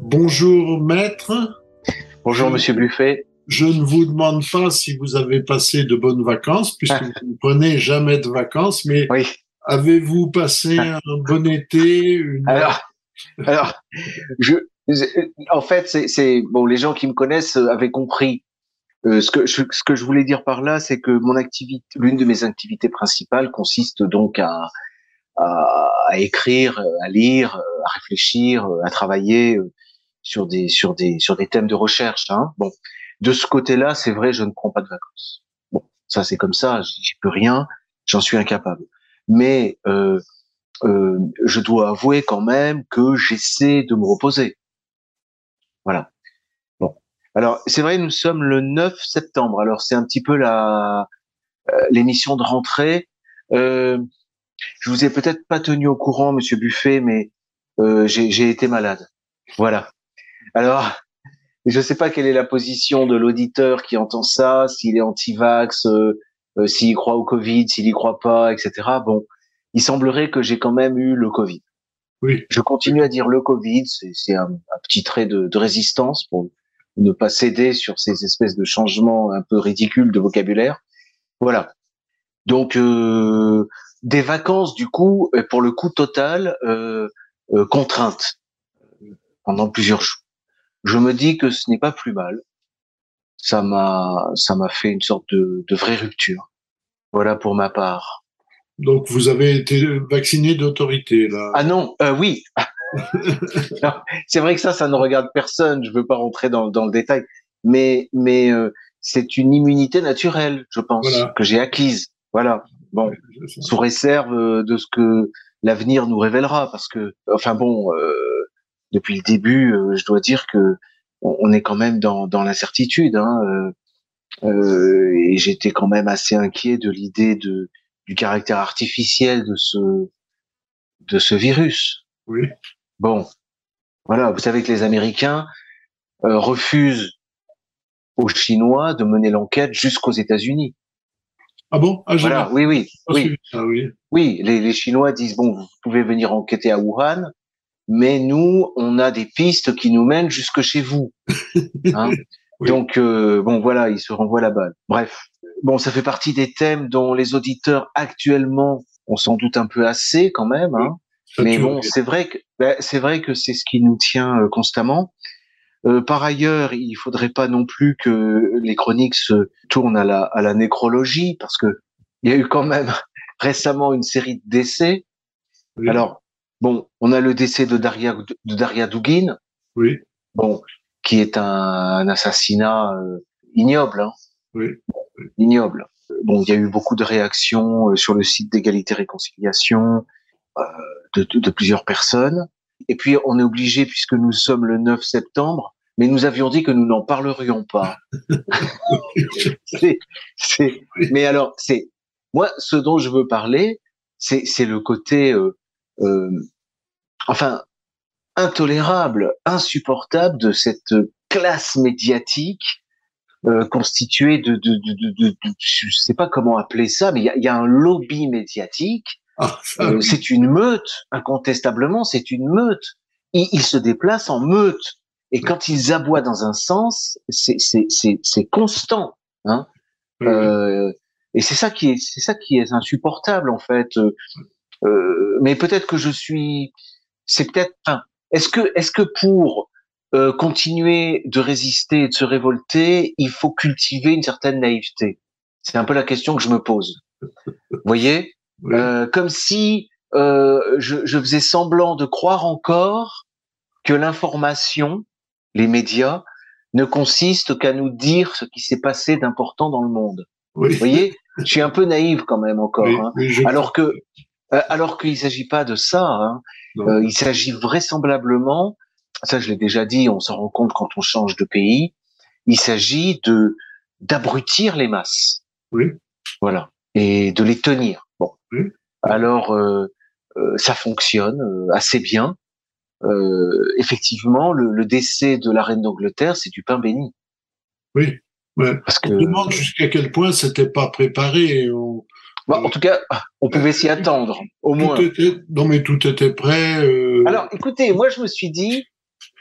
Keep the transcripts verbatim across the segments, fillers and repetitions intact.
Bonjour maître. Bonjour Je, Monsieur Buffet. je ne vous demande pas si vous avez passé de bonnes vacances, puisque Ah, vous ne prenez jamais de vacances, mais oui. avez-vous passé Ah, un bon été, une... Alors, alors, je, en fait, c'est, c'est bon. Les gens qui me connaissent euh, avaient compris. Euh, ce que je, ce que je voulais dire par là, c'est que mon activité, l'une de mes activités principales consiste donc à, à, à écrire, à lire, à réfléchir, à travailler euh, sur des, sur des, sur des thèmes de recherche. Hein. Bon, de ce côté-là, c'est vrai, je ne prends pas de vacances. Bon, ça c'est comme ça, j'y peux rien, j'en suis incapable. Mais euh, euh, je dois avouer quand même que j'essaie de me reposer. Voilà. Bon. Alors, c'est vrai, nous sommes le neuf septembre. Alors, c'est un petit peu la euh, l'émission de rentrée. Euh, je vous ai peut-être pas tenu au courant, Monsieur Buffet, mais euh, j'ai, j'ai été malade. Voilà. Alors, je ne sais pas quelle est la position de l'auditeur qui entend ça, s'il est anti-vax, euh, euh, s'il croit au Covid, s'il y croit pas, et cetera. Bon, il semblerait que j'ai quand même eu le Covid. Oui, Je continue à dire le Covid, c'est, c'est un, un petit trait de, de résistance pour ne pas céder sur ces espèces de changements un peu ridicules de vocabulaire. Voilà. Donc euh, des vacances du coup, pour le coup total, euh, euh, contraintes pendant plusieurs jours. Je me dis que ce n'est pas plus mal. Ça m'a, ça m'a fait une sorte de, de vraie rupture. Voilà pour ma part. donc vous avez été vacciné d'autorité, là. Ah non, euh, oui, non, c'est vrai que ça, ça ne regarde personne. Je veux pas rentrer dans, dans le détail, mais mais euh, c'est une immunité naturelle, je pense, Voilà, que j'ai acquise. Voilà. ouais, Bon, c'est ça. sous réserve euh, de ce que l'avenir nous révélera, parce que, enfin bon, euh, depuis le début, euh, je dois dire que on, on est quand même dans dans l'incertitude, hein, euh, euh, et j'étais quand même assez inquiet de l'idée de du caractère artificiel de ce de ce virus. Oui. Bon, voilà, vous savez que les Américains euh, refusent aux Chinois de mener l'enquête jusqu'aux États-Unis. Ah bon? Ah, j'avais Voilà, oui, oui, pas oui, suivi ça, oui. oui. Les, les Chinois disent bon, vous pouvez venir enquêter à Wuhan, mais nous, on a des pistes qui nous mènent jusque chez vous. Hein. Oui, Donc euh, bon, voilà, ils se renvoient la balle. Bref, bon, ça fait partie des thèmes dont les auditeurs actuellement ont sans doute un peu assez quand même. oui, Hein. Mais bon, saturé. c'est vrai que ben, c'est vrai que c'est ce qui nous tient euh, constamment. Euh, par ailleurs, il faudrait pas non plus que les chroniques se tournent à la, à la nécrologie, parce que il y a eu quand même récemment une série de décès. Oui, Alors, bon, on a le décès de Daria, de Daria Dugin, oui, bon, qui est un, un assassinat euh, ignoble, hein, oui, ignoble. Bon, il y a eu beaucoup de réactions euh, sur le site d'égalité-réconciliation euh, de, de, de plusieurs personnes. Et puis, on est obligé, puisque nous sommes le neuf septembre, mais nous avions dit que nous n'en parlerions pas. c'est, c'est, oui, mais alors, c'est moi, ce dont je veux parler, c'est, c'est le côté, euh, euh, enfin, intolérable, insupportable de cette classe médiatique euh, constituée de, de, de, de, de, de, je sais pas comment appeler ça, mais il y a, y a un lobby médiatique. ah, ça, Euh, oui, c'est une meute, incontestablement, c'est une meute. Ils, ils se déplacent en meute. Et quand ils aboient dans un sens, c'est, c'est, c'est, c'est constant. Hein. oui, oui. Euh, et c'est ça qui est, c'est ça qui est insupportable en fait. Euh, mais peut-être que je suis, c'est peut-être. Enfin, est-ce que, est-ce que pour euh, continuer de résister et de se révolter, il faut cultiver une certaine naïveté? C'est un peu la question que je me pose. Vous voyez, Oui. euh, comme si euh, je, je faisais semblant de croire encore que l'information, les médias, ne consiste qu'à nous dire ce qui s'est passé d'important dans le monde. Oui, Vous voyez, je suis un peu naïf quand même encore, oui, hein. oui, je Alors comprends. que, euh, alors qu'il s'agit pas de ça. Hein. Non. Euh, il s'agit vraisemblablement, ça je l'ai déjà dit, on s'en rend compte quand on change de pays. Il s'agit de d'abrutir les masses, Oui, voilà, et de les tenir. Bon, oui, alors euh, euh, ça fonctionne euh, assez bien. Euh, effectivement, le, le décès de la reine d'Angleterre, c'est du pain béni, oui. Ouais. parce On se demande que, jusqu'à quel point c'était pas préparé. On, bah, euh, en tout cas, on euh, pouvait s'y attendre, au tout moins. était, non mais tout était prêt. Euh, Alors, écoutez, moi, je me suis dit,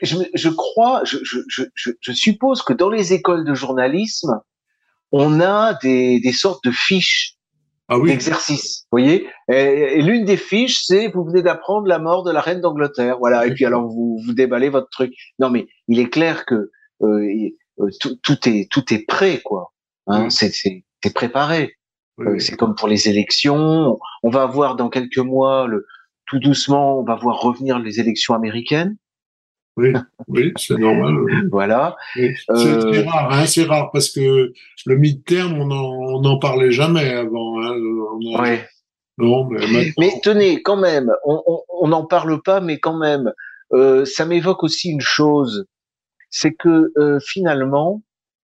je, je crois, je, je, je, je suppose que dans les écoles de journalisme, on a des, des sortes de fiches Ah oui, d'exercice, vous voyez. Et, et l'une des fiches, c'est vous venez d'apprendre la mort de la reine d'Angleterre, voilà. Et puis alors vous vous déballez votre truc. Non, mais il est clair que euh, tout, tout est tout est prêt, quoi. Hein, oui, c'est c'est c'est préparé. oui, Euh, oui, c'est comme pour les élections. On va avoir dans quelques mois, le, tout doucement, on va voir revenir les élections américaines. oui, oui, c'est normal. Oui. Voilà. Oui. C'est c'est Euh, rare, hein, c'est rare parce que le mid-term, on en, on n'en parlait jamais avant. Hein, on a, ouais. non, mais Mais maintenant, tenez, quand même, on n'en parle pas, mais quand même, euh, ça m'évoque aussi une chose, c'est que euh, finalement,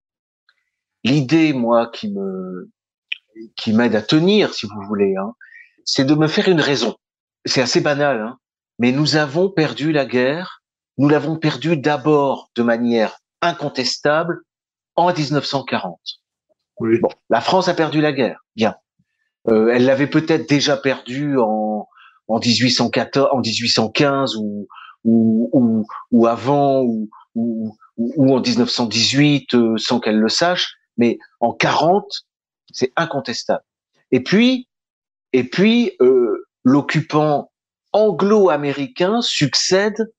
l'idée, moi, qui me qui m'aide à tenir, si vous voulez, hein, c'est de me faire une raison. C'est assez banal, hein, mais nous avons perdu la guerre. Nous l'avons perdue d'abord de manière incontestable en dix-neuf cent quarante. oui, Bon, la France a perdu la guerre, bien. Euh, elle l'avait peut-être déjà perdue en en dix-huit cent quatorze, en dix-huit cent quinze ou ou ou, ou avant ou, ou ou en dix-neuf cent dix-huit euh, sans qu'elle le sache, mais en quarante, c'est incontestable. Et puis et puis euh, l'occupant anglo-américain succède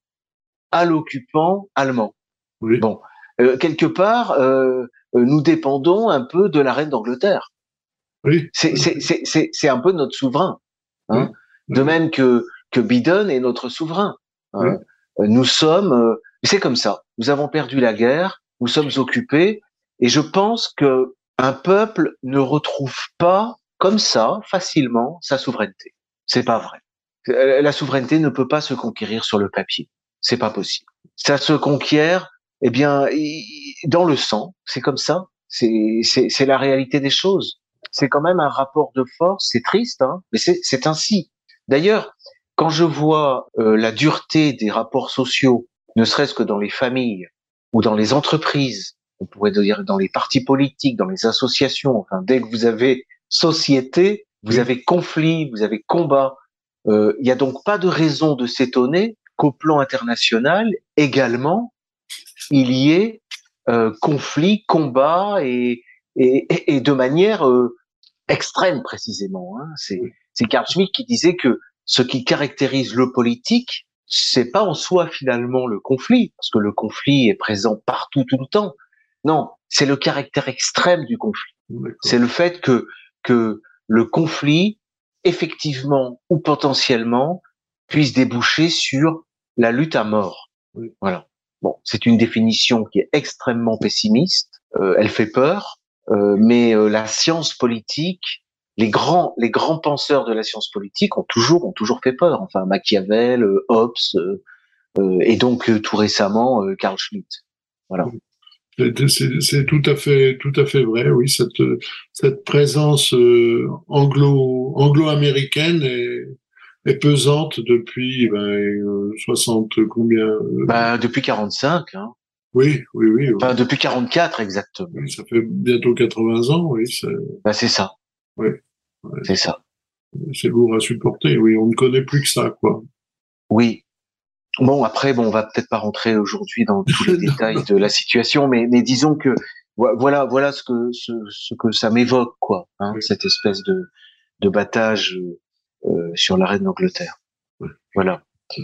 à l'occupant allemand. oui, Bon, euh, quelque part, euh, nous dépendons un peu de la reine d'Angleterre. oui, C'est oui, c'est c'est c'est c'est un peu notre souverain, oui, hein. De oui, même que que Biden est notre souverain. oui, Hein. Nous sommes, euh, c'est comme ça. Nous avons perdu la guerre, nous sommes occupés, et je pense que un peuple ne retrouve pas comme ça facilement sa souveraineté. C'est pas vrai. Euh, La souveraineté ne peut pas se conquérir sur le papier. C'est pas possible. Ça se conquiert, eh bien, dans le sang. C'est comme ça. C'est c'est c'est la réalité des choses. C'est quand même un rapport de force. C'est triste, hein, mais c'est c'est ainsi. D'ailleurs, quand je vois euh, la dureté des rapports sociaux, ne serait-ce que dans les familles ou dans les entreprises, on pourrait dire dans les partis politiques, dans les associations, enfin, dès que vous avez société, vous oui, avez conflit, vous avez combat. Euh, Il n'y a donc pas de raison de s'étonner qu'au plan international, également, il y ait euh, conflit, combat et, et, et de manière euh, extrême précisément. Hein. C'est, oui, c'est Carl Schmitt qui disait que ce qui caractérise le politique, c'est pas en soi finalement le conflit, parce que le conflit est présent partout tout le temps. Non, c'est le caractère extrême du conflit. C'est d'accord. le fait que que le conflit, effectivement ou potentiellement, puisse déboucher sur la lutte à mort. Oui, Voilà. Bon, c'est une définition qui est extrêmement pessimiste. Euh, elle fait peur, euh, mais euh, la science politique, les grands, les grands penseurs de la science politique ont toujours, ont toujours fait peur. Enfin, Machiavel, euh, Hobbes, euh, euh, et donc euh, tout récemment euh, Carl Schmitt. Voilà. oui. C'est c'est- c'est tout à fait, tout à fait vrai, oui, cette, cette présence euh, anglo, anglo-américaine est, est pesante depuis ben, euh, soixante combien euh, Bah, depuis quarante-cinq, hein. oui, oui, oui, Enfin, oui, depuis quarante-quatre exactement. oui, ça fait bientôt quatre-vingts ans, oui, c'est Bah, c'est ça, oui, ouais, c'est ça. c'est lourd à supporter, oui, on ne connaît plus que ça, quoi. Oui. Bon, après, bon, on va peut-être pas rentrer aujourd'hui dans tous les Non, détails non, de la situation, mais, mais disons que vo- voilà, voilà ce que ce, ce que ça m'évoque, quoi, hein, oui, cette espèce de de battage euh, sur la reine d'Angleterre. oui. Voilà.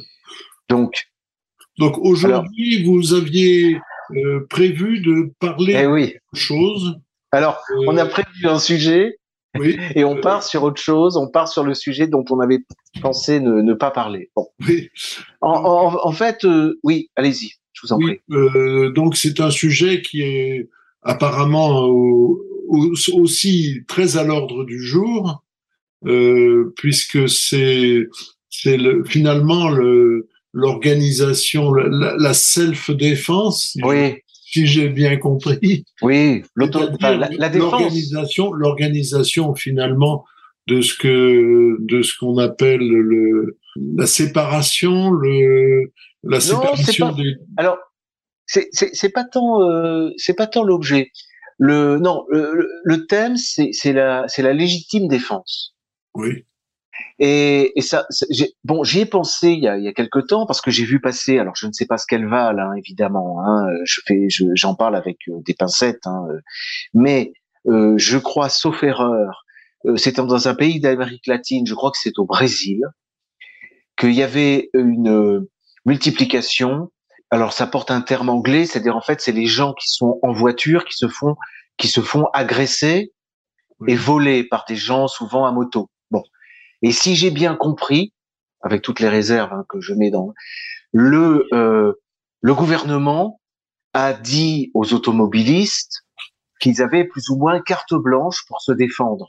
Donc, Donc alors, aujourd'hui, vous aviez euh, prévu de parler eh de oui. quelque chose, Alors, on a euh, prévu un sujet oui, et on euh, part sur autre chose. On part sur le sujet dont on avait pensé ne, ne pas parler. Bon. oui. En, Donc, en, en fait, euh, oui, allez-y, je vous en oui, prie. euh, donc c'est un sujet qui est apparemment au- au- aussi très à l'ordre du jour, euh, puisque c'est c'est le, finalement le l'organisation, la, la self-défense, si je- Oui, si j'ai bien compris, oui, l'auto, enfin, c'est-à-dire la, la défense. l'organisation, l'organisation finalement de ce que de ce qu'on appelle le la séparation, le la Non, c'est séparation pas. des Alors, c'est c'est c'est pas tant euh, c'est pas tant l'objet. Le non, le, le le thème c'est c'est la c'est la légitime défense. oui, Et, et ça, ça j'ai, bon, j'y ai pensé il y a, il y a quelque temps parce que j'ai vu passer. Alors, je ne sais pas ce qu'elle va là, évidemment. Hein, je fais, je, j'en parle avec euh, des pincettes. Hein, euh, mais euh, je crois, sauf erreur, euh, c'était dans un pays d'Amérique latine. Je crois que c'est au Brésil qu'il y avait une euh, multiplication. Alors, ça porte un terme anglais, c'est-à-dire en fait, c'est les gens qui sont en voiture, qui se font, qui se font agresser Oui. et voler par des gens souvent à moto. Bon. Et si j'ai bien compris, avec toutes les réserves hein, que je mets dans le euh, le gouvernement a dit aux automobilistes qu'ils avaient plus ou moins carte blanche pour se défendre.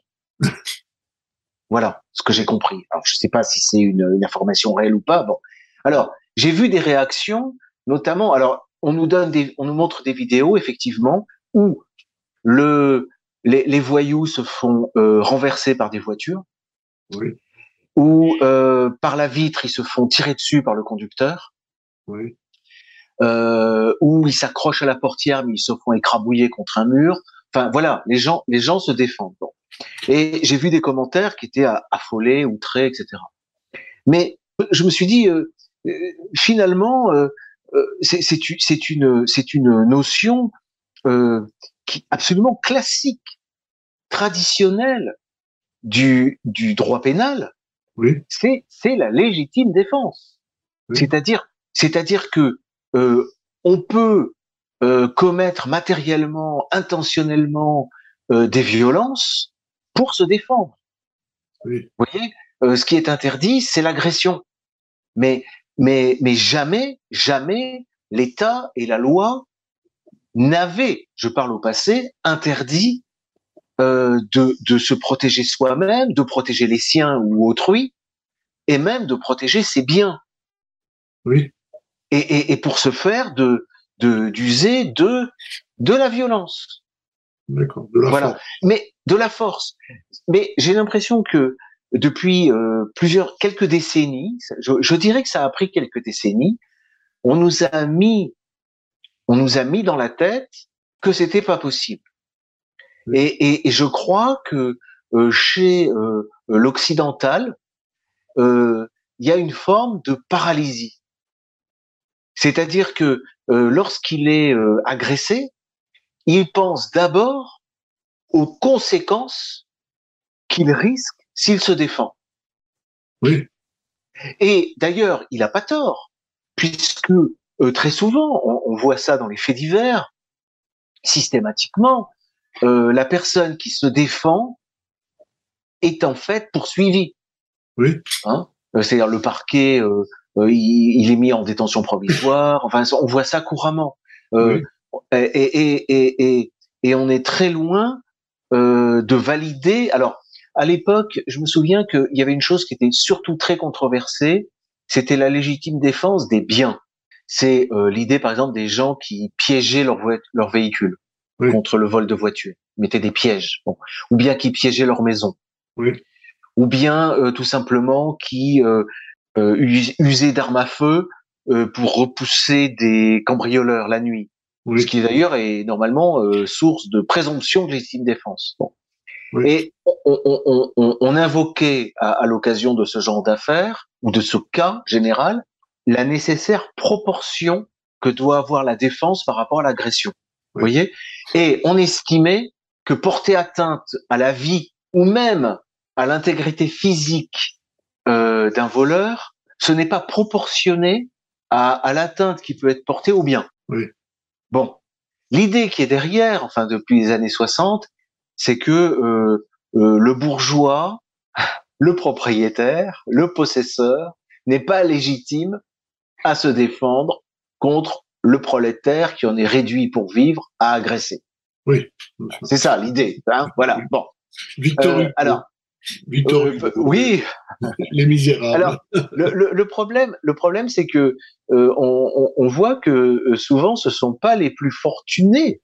Voilà ce que j'ai compris. Alors je sais pas si c'est une, une information réelle ou pas. Bon, alors j'ai vu des réactions, notamment. Alors on nous donne des, on nous montre des vidéos effectivement où le les, les voyous se font euh, renverser par des voitures. Oui. Ou euh, par la vitre, ils se font tirer dessus par le conducteur, Oui. euh, ou ils s'accrochent à la portière, mais ils se font écrabouiller contre un mur. Enfin, voilà, les gens, les gens se défendent. Bon. Et j'ai vu des commentaires qui étaient affolés, outrés, et cetera. Mais je me suis dit, euh, euh, finalement, euh, euh, c'est, c'est, c'est une, c'est une notion euh, qui absolument classique, traditionnelle du, du droit pénal. Oui. C'est, c'est la légitime défense. Oui. C'est-à-dire, c'est-à-dire que euh, on peut euh, commettre matériellement, intentionnellement euh, des violences pour se défendre. Oui. Vous voyez, euh, ce qui est interdit, c'est l'agression. Mais, mais, mais jamais, jamais l'État et la loi n'avaient, je parle au passé, interdit euh, de, de se protéger soi-même, de protéger les siens ou autrui, et même de protéger ses biens. Oui. Et, et, et pour ce faire, de, de, d'user de, de la violence. D'accord. De la voilà. force. Mais de la force. Mais j'ai l'impression que depuis euh, plusieurs, quelques décennies, je, je dirais que ça a pris quelques décennies, on nous a mis, on nous a mis dans la tête que c'était pas possible. Oui. Et, et, et je crois que euh, chez euh, l'occidental, euh, il y a une forme de paralysie. C'est-à-dire que euh, lorsqu'il est euh, agressé, il pense d'abord aux conséquences qu'il risque s'il se défend. Oui. Et d'ailleurs, il n'a pas tort, puisque euh, très souvent, on, on voit ça dans les faits divers, systématiquement, euh, la personne qui se défend est en fait poursuivie. Oui. Hein, c'est-à-dire le parquet, euh, euh, il, il est mis en détention provisoire. Enfin, on voit ça couramment. Euh, Oui. et, et, et, et, et on est très loin euh, de valider. Alors, à l'époque, je me souviens qu'il y avait une chose qui était surtout très controversée, c'était la légitime défense des biens. C'est euh, l'idée, par exemple, des gens qui piégeaient leur, vo- leur véhicule Oui. contre le vol de voiture, mettaient des pièges, bon. Ou bien qui piégeaient leur maison. Oui. Ou bien euh, tout simplement qui euh, euh, usaient d'armes à feu euh, pour repousser des cambrioleurs la nuit. Oui. Ce qui d'ailleurs est normalement euh, source de présomption de légitime défense. Bon. Oui. Et on, on, on, on invoquait à, à l'occasion de ce genre d'affaires ou de ce cas général la nécessaire proportion que doit avoir la défense par rapport à l'agression. Oui. Vous voyez ? Et on estimait que porter atteinte à la vie ou même à l'intégrité physique euh, d'un voleur, ce n'est pas proportionné à, à l'atteinte qui peut être portée au bien. Oui. Bon, l'idée qui est derrière, enfin depuis les années soixante, c'est que euh, euh, le bourgeois, le propriétaire, le possesseur n'est pas légitime à se défendre contre le prolétaire qui en est réduit pour vivre à agresser. Oui. C'est ça l'idée. Hein, voilà. Bon. Victor Euh, Hugo. alors, Victor euh, Hugo. oui. Les Misérables. Alors, le, le, le problème, le problème, c'est que euh, on, on voit que euh, souvent, ce sont pas les plus fortunés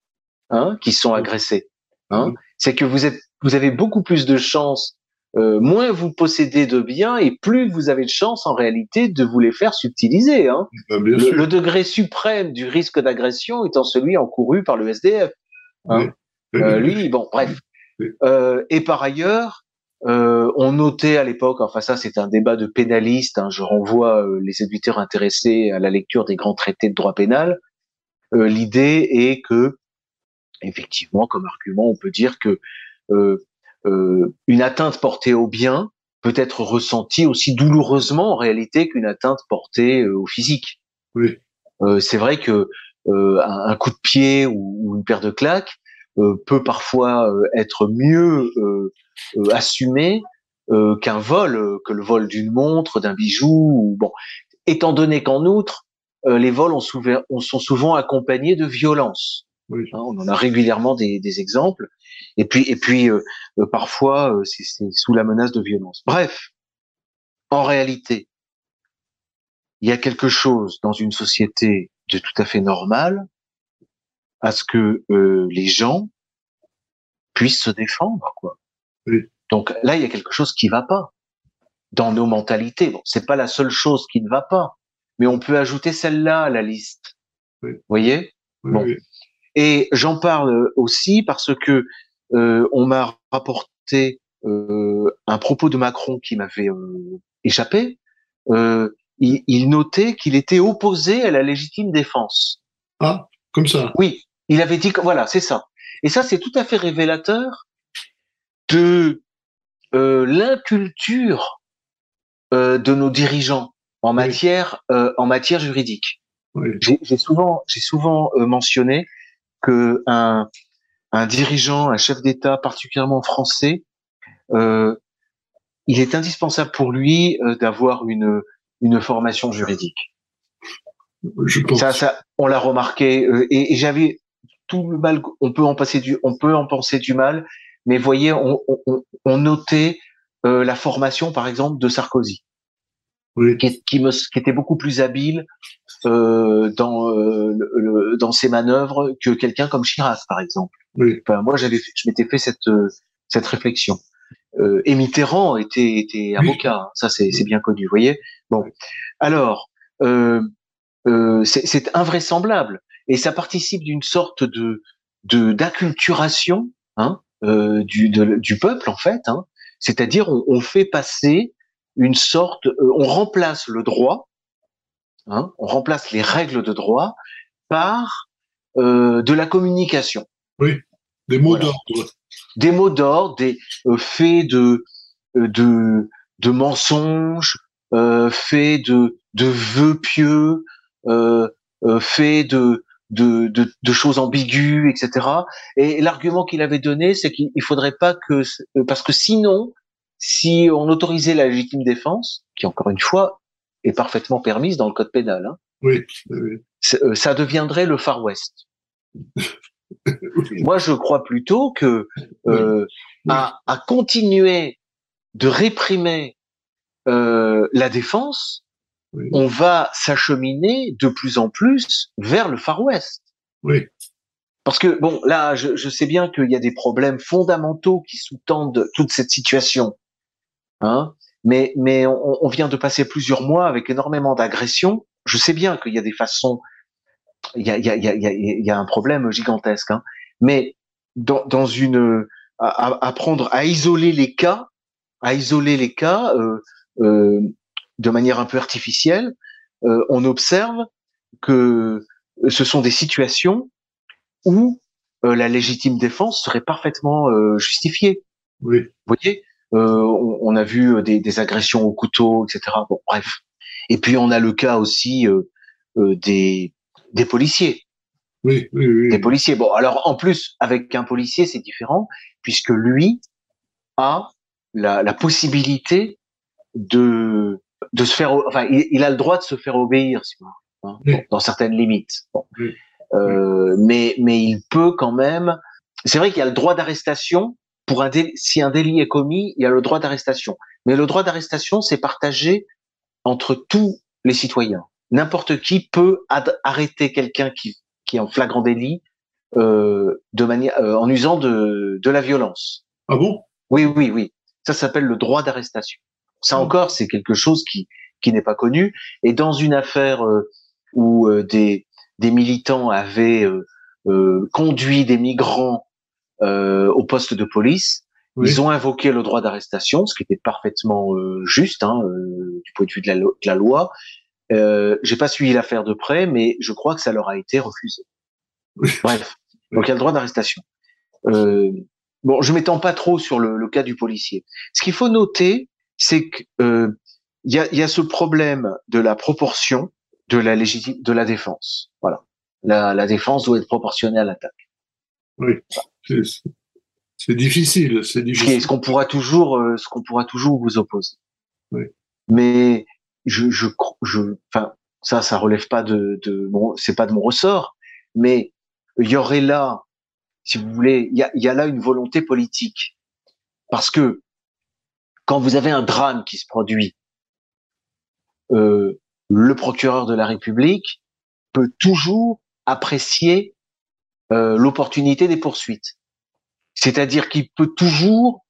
hein, qui sont agressés. Hein. C'est que vous êtes, vous avez beaucoup plus de chances. Euh, moins vous possédez de biens et plus vous avez de chances en réalité de vous les faire subtiliser. Hein. Ben, bien Le, sûr. le degré suprême du risque d'agression étant celui encouru par le S D F. Hein. Oui. Euh, lui, bon, bref. Oui. Euh, et par ailleurs, Euh, on notait à l'époque, enfin ça c'est un débat de pénalistes, hein, je renvoie euh, les éditeurs intéressés à la lecture des grands traités de droit pénal. Euh, l'idée est que, effectivement, comme argument, on peut dire que euh, euh, une atteinte portée au bien peut être ressentie aussi douloureusement en réalité qu'une atteinte portée euh, au physique. Oui. Euh, c'est vrai que euh, un, un coup de pied ou, ou une paire de claques euh, peut parfois euh, être mieux euh, euh, assumé euh, qu'un vol, euh, que le vol d'une montre, d'un bijou. Ou, bon, étant donné qu'en outre, euh, les vols ont souvent, on sont souvent accompagnés de violences. Oui. Hein, on en a régulièrement des, des exemples. Et puis, et puis euh, euh, parfois, euh, c'est, c'est sous la menace de violence. Bref, en réalité, il y a quelque chose dans une société de tout à fait normal à ce que euh, les gens puissent se défendre, quoi. Oui. Donc là, il y a quelque chose qui va pas dans nos mentalités. Bon, c'est pas la seule chose qui ne va pas, mais on peut ajouter celle-là à la liste. Oui. Vous voyez? Oui, Bon. oui. Et j'en parle aussi parce que euh, on m'a rapporté euh, un propos de Macron qui m'avait euh, échappé. Euh, il, il notait qu'il était opposé à la légitime défense. Ah, comme ça. Oui, il avait dit que voilà, c'est ça. Et ça, c'est tout à fait révélateur de euh, l'inculture euh, de nos dirigeants en Oui. matière euh, en matière juridique. Oui. J'ai j'ai souvent j'ai souvent euh, mentionné que un un dirigeant, un chef d'État particulièrement français, euh, il est indispensable pour lui euh, d'avoir une une formation juridique. Je Ça, pense. ça, on l'a remarqué euh, et, et j'avais tout le mal. On peut en passer du, on peut en penser du mal, mais voyez, on, on, on notait euh, la formation, par exemple, de Sarkozy, Oui. qui, qui, me, qui était beaucoup plus habile euh, dans euh, le, le, dans ses manœuvres que quelqu'un comme Chirac, par exemple. Oui. Enfin, moi, j'avais, je m'étais fait cette cette réflexion. Euh, et Mitterrand était était Oui. avocat, hein, ça c'est c'est Oui. bien connu, vous voyez. Bon, alors. Euh, Euh, c'est, c'est invraisemblable et ça participe d'une sorte de, de d'acculturation hein, euh, du, de, du peuple en fait. Hein. C'est-à-dire on, on fait passer une sorte, euh, on remplace le droit, hein, on remplace les règles de droit par euh, de la communication. Oui. Des mots Voilà, d'ordre. des mots d'ordre, des euh, faits de euh, de de mensonges, euh, faits de de vœux pieux, euh, euh, faits de de, de de choses ambiguës, et cetera. Et l'argument qu'il avait donné, c'est qu'il faudrait pas que parce que sinon, si on autorisait la légitime défense, qui encore une fois est parfaitement permise dans le code pénal, hein, Oui. Oui. ça deviendrait le Far West. Oui. Moi, je crois plutôt que Oui. euh, Oui. à, à continuer de réprimer euh, la défense, Oui. on va s'acheminer de plus en plus vers le Far West. Oui. Parce que bon, là, je, je sais bien qu'il y a des problèmes fondamentaux qui sous-tendent toute cette situation, hein. Mais mais on, on vient de passer plusieurs mois avec énormément d'agressions. Je sais bien qu'il y a des façons, il y a il y a il y a il y a un problème gigantesque, hein. Mais dans dans une à, à prendre à isoler les cas, à isoler les cas euh, euh, de manière un peu artificielle, euh, on observe que ce sont des situations où euh, la légitime défense serait parfaitement euh, justifiée. Oui. Vous voyez, euh, on, on a vu des, des agressions au couteau, et cetera. Bon, bref. Et puis on a le cas aussi euh, euh, des des policiers. Oui. Oui. Des Oui. policiers. Bon, alors en plus avec un policier c'est différent puisque lui a la, la possibilité de de se faire, enfin, il, il a le droit de se faire obéir, si vous voulez, hein, bon, Oui. dans certaines limites. Bon. Oui. Oui. Euh, mais mais il peut quand même. C'est vrai qu'il y a le droit d'arrestation pour un délit, si un délit est commis, il y a le droit d'arrestation. Mais le droit d'arrestation, c'est partagé entre tous les citoyens. N'importe qui peut ad- arrêter quelqu'un qui qui est en flagrant délit euh, de manière euh, en usant de de la violence. Ah bon? Oui, oui, oui. Ça s'appelle le droit d'arrestation. Ça Ah. encore, c'est quelque chose qui qui n'est pas connu. Et dans une affaire euh, où euh, des des militants avaient euh, euh, conduit des migrants euh, au poste de police, Oui. Ils ont invoqué le droit d'arrestation, ce qui était parfaitement euh, juste hein, euh, du point de vue de la, lo- de la loi. Euh, j'ai pas suivi l'affaire de près, mais je crois que ça leur a été refusé. Oui. Bref, Oui. donc il y a le droit d'arrestation. Euh, bon, je m'étends pas trop sur le, le cas du policier. Ce qu'il faut noter, c'est que euh, il y a, y a ce problème de la proportion de la légitime de la défense. Voilà, la, la défense doit être proportionnée à l'attaque. Oui. C'est, c'est difficile, c'est Ce qui est difficile. ce qu'on pourra toujours, euh, ce qu'on pourra toujours vous opposer. Oui. Mais je, je, je, enfin, ça, ça relève pas de, de mon, c'est pas de mon ressort. Mais il y aurait là, si vous voulez, il y a, il y a là une volonté politique, parce que quand vous avez un drame qui se produit, euh, le procureur de la République peut toujours apprécier euh, l'opportunité des poursuites. C'est-à-dire qu'il peut toujours,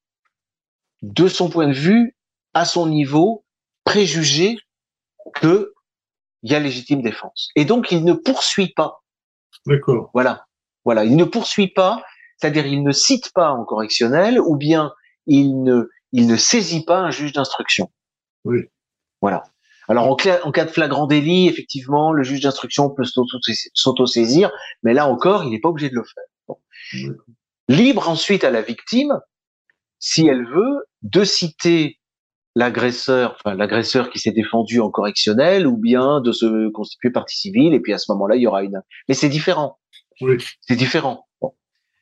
de son point de vue, à son niveau, préjuger que il y a légitime défense. Et donc, il ne poursuit pas. D'accord. Voilà. Voilà. Il ne poursuit pas, c'est-à-dire il ne cite pas en correctionnel, ou bien il ne, il ne saisit pas un juge d'instruction. Oui. Voilà. Alors, en, cla- en cas de flagrant délit, effectivement, le juge d'instruction peut s'auto- s'auto-saisir, mais là encore, il n'est pas obligé de le faire. Bon. D'accord. Libre ensuite à la victime, si elle veut, de citer l'agresseur, enfin l'agresseur qui s'est défendu en correctionnel, ou bien de se constituer partie civile, et puis à ce moment-là, il y aura une. Mais c'est différent. Oui. C'est différent. Bon.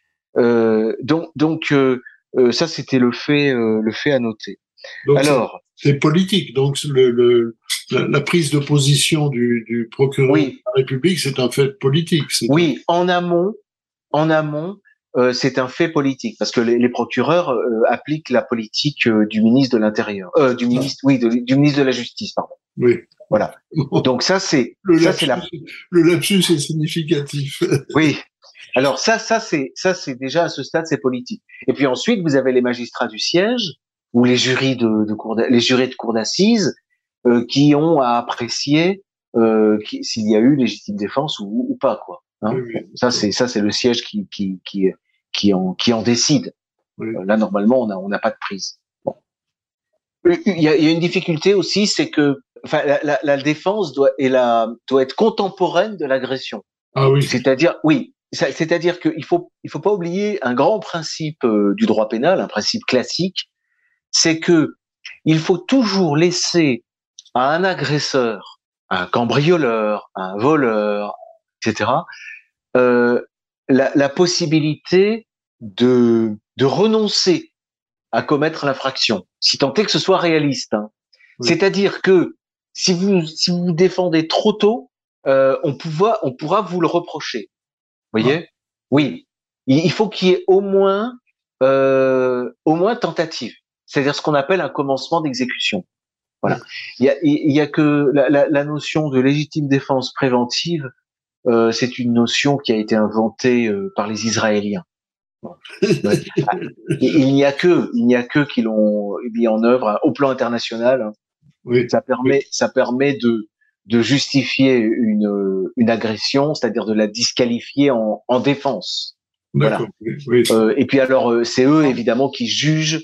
Euh, donc, donc euh, euh, ça, c'était le fait, euh, le fait à noter. Donc c'est, Alors, c'est politique. Donc le, le la, la prise de position du, du procureur de oui, la République, c'est un fait politique. C'est un... oui, en amont, en amont, euh, c'est un fait politique parce que les, les procureurs euh, appliquent la politique euh, du ministre de l'Intérieur, euh, du Ah, ministre, oui, de, du ministre de la Justice, pardon. oui. Voilà. Donc ça, c'est, Le ça, c'est lapsus, la. le lapsus est significatif. Oui. Alors ça, ça c'est, ça c'est déjà à ce stade, c'est politique. Et puis ensuite, vous avez les magistrats du siège ou les jurys de, de cour, les jurés de cour d'assises euh, qui ont à apprécier euh, qui, s'il y a eu légitime défense ou, ou pas quoi. Hein. Oui, Bon, oui, ça c'est, ça c'est le siège qui qui qui qui en qui en décide. oui. Euh, là normalement, on a on n'a pas de prise. Bon. Il y a, il y a une difficulté aussi, c'est que enfin la, la, la défense doit et la doit être contemporaine de l'agression. Ah oui. C'est-à-dire, oui, c'est-à-dire qu'il faut, il faut pas oublier un grand principe euh, du droit pénal, un principe classique, c'est que il faut toujours laisser à un agresseur, à un cambrioleur, à un voleur, et cetera, euh, la, la possibilité de, de renoncer à commettre l'infraction, si tant est que ce soit réaliste. Hein. Oui. C'est-à-dire que si vous si vous vous défendez trop tôt, euh, on, pourra, on pourra vous le reprocher. Vous voyez? Ah, Oui. Il faut qu'il y ait au moins, euh, au moins tentative. C'est-à-dire ce qu'on appelle un commencement d'exécution. Voilà. d'accord. Il y a, il y a que la, la, la notion de légitime défense préventive, euh, c'est une notion qui a été inventée euh, par les Israéliens. Bon. Ouais. Ah, il n'y a que, il n'y a que qui l'ont mis en œuvre hein, au plan international. Hein. Oui. Ça permet, ça permet de de justifier une une agression, c'est-à-dire de la disqualifier en, en défense. D'accord. Voilà. Oui. Oui. Euh, et puis alors, euh, c'est eux évidemment qui jugent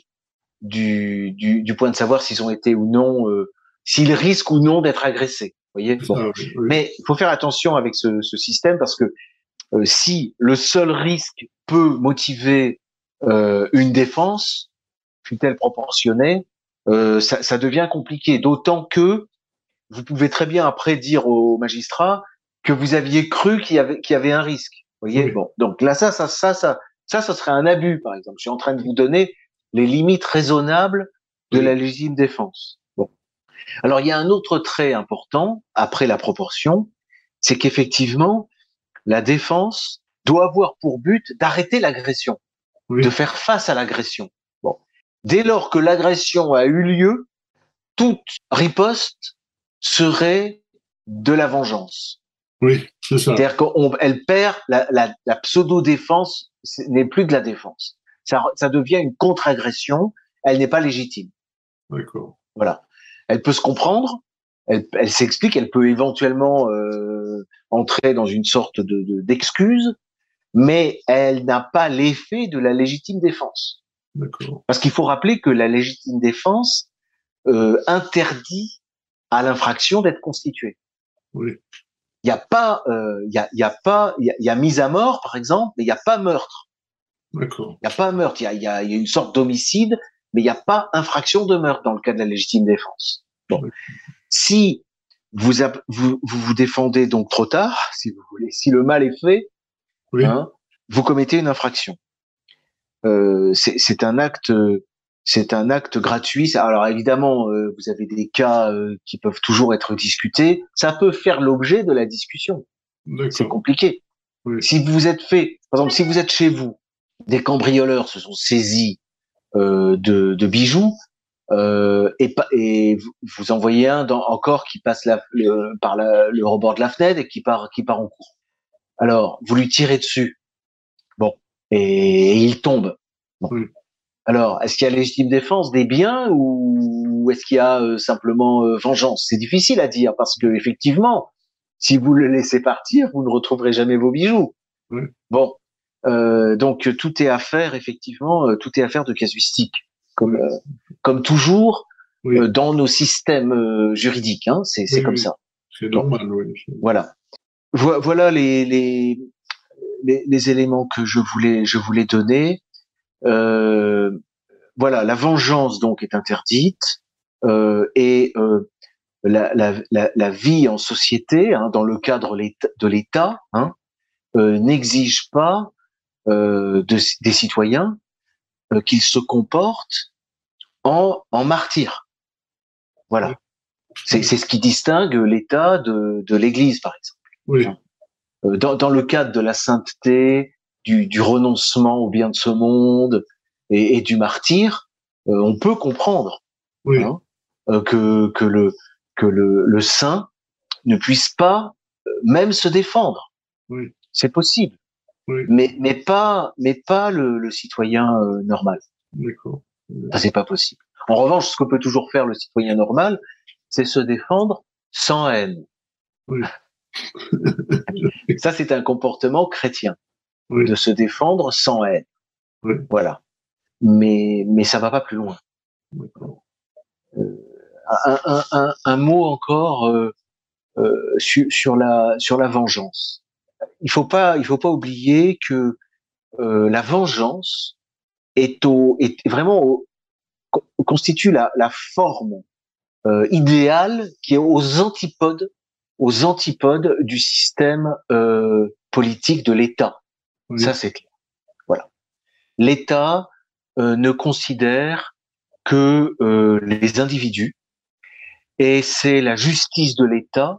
du, du, du point de savoir s'ils ont été ou non, euh, s'ils risquent ou non d'être agressés. Vous voyez. Bon. Ah, oui, oui. Mais il faut faire attention avec ce, ce système parce que euh, si le seul risque peut motiver euh, une défense, fut-elle proportionnée, euh, ça, ça devient compliqué. D'autant que vous pouvez très bien après dire au magistrat que vous aviez cru qu'il y avait, qu'il y avait un risque. Vous voyez, Oui. bon, donc là, ça, ça, ça, ça, ça, ça serait un abus, par exemple. Je suis en train de vous donner les limites raisonnables de Oui. la légitime défense. Bon, alors il y a un autre trait important après la proportion, c'est qu'effectivement, la défense doit avoir pour but d'arrêter l'agression, Oui. de faire face à l'agression. Bon, dès lors que l'agression a eu lieu, toute riposte serait de la vengeance. Oui, c'est ça. C'est-à-dire qu'elle perd la, la, la pseudo-défense, ce n'est plus de la défense. Ça, ça devient une contre-agression, elle n'est pas légitime. D'accord. Voilà. Elle peut se comprendre, elle, elle s'explique, elle peut éventuellement euh, entrer dans une sorte de, de, d'excuse, mais elle n'a pas l'effet de la légitime défense. D'accord. Parce qu'il faut rappeler que la légitime défense euh, interdit à l'infraction d'être constituée. Oui. Il n'y a pas, euh, il y a, il y a pas, il y a, il y a mise à mort par exemple, mais il n'y a pas meurtre. D'accord. Il n'y a pas meurtre. Il y a, il y a, il y a une sorte d'homicide, mais il n'y a pas infraction de meurtre dans le cas de la légitime défense. Bon, Oui. si vous, vous vous vous défendez donc trop tard, si vous voulez, si le mal est fait, Oui. hein, vous commettez une infraction. Euh, c'est, c'est un acte, c'est un acte gratuit. Alors évidemment, euh, vous avez des cas euh, qui peuvent toujours être discutés. Ça peut faire l'objet de la discussion. C'est D'accord. compliqué. Oui. Si vous êtes fait, par exemple, si vous êtes chez vous, des cambrioleurs se sont saisis euh, de, de bijoux euh, et, et vous, vous envoyez un dans, encore qui passe la, le, par la, le rebord de la fenêtre et qui part, qui part en courant. Alors, vous lui tirez dessus. Bon. Et, et il tombe. Bon. Oui. Alors, est-ce qu'il y a légitime défense des biens ou est-ce qu'il y a euh, simplement euh, vengeance? C'est difficile à dire parce que effectivement, si vous le laissez partir, vous ne retrouverez jamais vos bijoux. Oui. Bon, euh, donc tout est affaire effectivement, euh, tout est affaire de casuistique, comme Oui. euh, comme toujours Oui. euh, dans nos systèmes euh, juridiques. Hein, c'est c'est Oui, comme oui. ça. C'est Bon, normal, oui. voilà. Vo- voilà les, les les les éléments que je voulais je voulais donner. Euh, Voilà, la vengeance donc est interdite euh, et euh, la, la, la, la vie en société, hein, dans le cadre de l'État, hein, euh, n'exige pas euh, de, des citoyens euh, qu'ils se comportent en, en martyrs. Oui. Voilà, c'est c'est ce qui distingue l'État de, de l'Église, par exemple. Oui. Hein. Euh, Dans, dans le cadre de la sainteté, du, du renoncement au bien de ce monde et, et du martyr, euh, on peut comprendre. Oui. Hein, euh, que que le que le, le saint ne puisse pas euh, même se défendre. Oui. C'est possible, Oui. mais mais pas mais pas le, le citoyen euh, normal. D'accord. Ça c'est pas possible. En revanche, ce que peut toujours faire le citoyen normal, c'est se défendre sans haine. Oui. Ça c'est un comportement chrétien, Oui. de se défendre sans haine. Oui. Voilà. Mais mais ça va pas plus loin. D'accord. Euh, un, un, un, un mot encore euh, euh, sur, sur la sur la vengeance. Il faut pas, il faut pas oublier que euh, la vengeance est au, est vraiment au, constitue la, la forme euh, idéale qui est aux antipodes, aux antipodes du système euh, politique de l'État. Oui. Ça c'est clair. Voilà. L'État euh, ne considère que euh, les individus et c'est la justice de l'État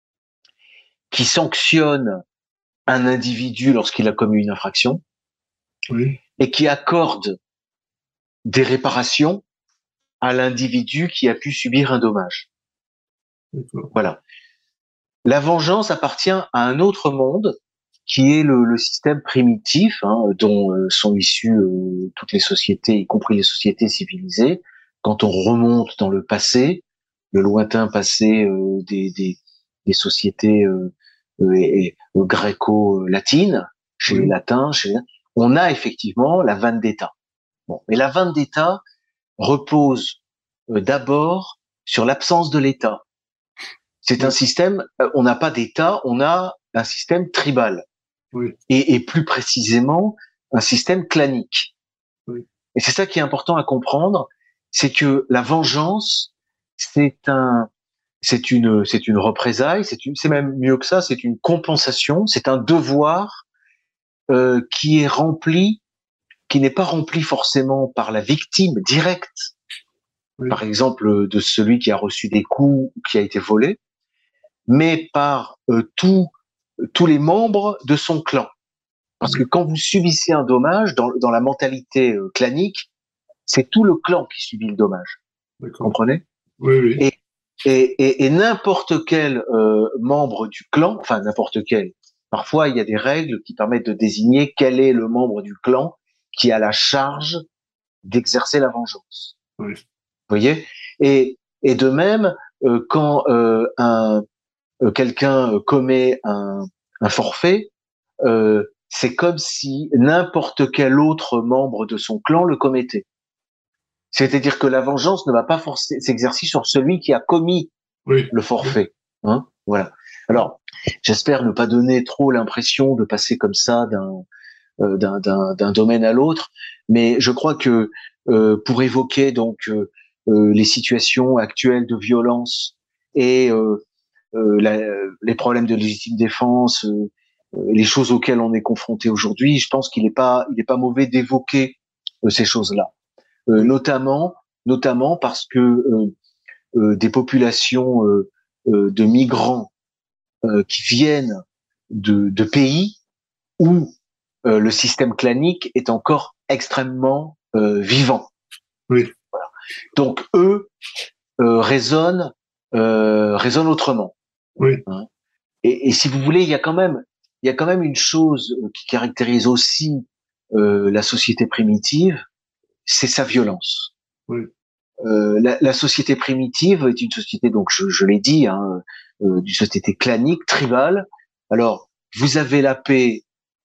qui sanctionne un individu lorsqu'il a commis une infraction Oui. et qui accorde des réparations à l'individu qui a pu subir un dommage. D'accord. Voilà. La vengeance appartient à un autre monde qui est le, le système primitif hein, dont euh, sont issues euh, toutes les sociétés, y compris les sociétés civilisées. Quand on remonte dans le passé, le lointain passé euh, des, des, des sociétés euh, euh, euh, gréco-latines, chez les Oui. latins, chez les... on a effectivement la vendetta. Bon, mais la vendetta repose euh, d'abord sur l'absence de l'État. C'est un Oui. système, euh, on n'a pas d'État, on a un système tribal Oui. et, et plus précisément un système clanique. Oui. Et c'est ça qui est important à comprendre, c'est que la vengeance, c'est un, c'est une, c'est une représailles, c'est une, c'est même mieux que ça, c'est une compensation, c'est un devoir euh, qui est rempli, qui n'est pas rempli forcément par la victime directe, Oui. par exemple de celui qui a reçu des coups ou qui a été volé, mais par euh, tous tous les membres de son clan. Parce que Oui. quand vous subissez un dommage, dans, dans la mentalité euh, clanique, c'est tout le clan qui subit le dommage. D'accord. Comprenez? Oui. Oui. Et, et, et, et n'importe quel euh, membre du clan, enfin n'importe quel, parfois il y a des règles qui permettent de désigner quel est le membre du clan qui a la charge d'exercer la vengeance. Oui. Vous voyez? Et, et de même, euh, quand euh, un, euh, quelqu'un commet un, un forfait, euh, c'est comme si n'importe quel autre membre de son clan le commettait. C'est-à-dire que la vengeance ne va pas forcer s'exercer sur celui qui a commis oui, le forfait. Hein, voilà. Alors, j'espère ne pas donner trop l'impression de passer comme ça d'un euh, d'un, d'un, d'un domaine à l'autre, mais je crois que euh, pour évoquer donc euh, euh, les situations actuelles de violence et euh, euh, la, les problèmes de légitime défense, euh, euh, les choses auxquelles on est confronté aujourd'hui, je pense qu'il n'est pas il n'est pas mauvais d'évoquer euh, ces choses-là, euh, oui, notamment notamment parce que euh, euh, des populations euh, euh, de migrants euh, qui viennent de, de pays où euh, le système clanique est encore extrêmement euh, vivant. oui, Donc eux euh, raisonnent euh, raisonnent autrement. oui, Hein. Et, et si vous voulez, il y a quand même il y a quand même une chose qui caractérise aussi euh, la société primitive, c'est sa violence. oui, Euh, la, la société primitive est une société, donc je, je l'ai dit, hein, euh, d'une société clanique, tribale. Alors, vous avez la paix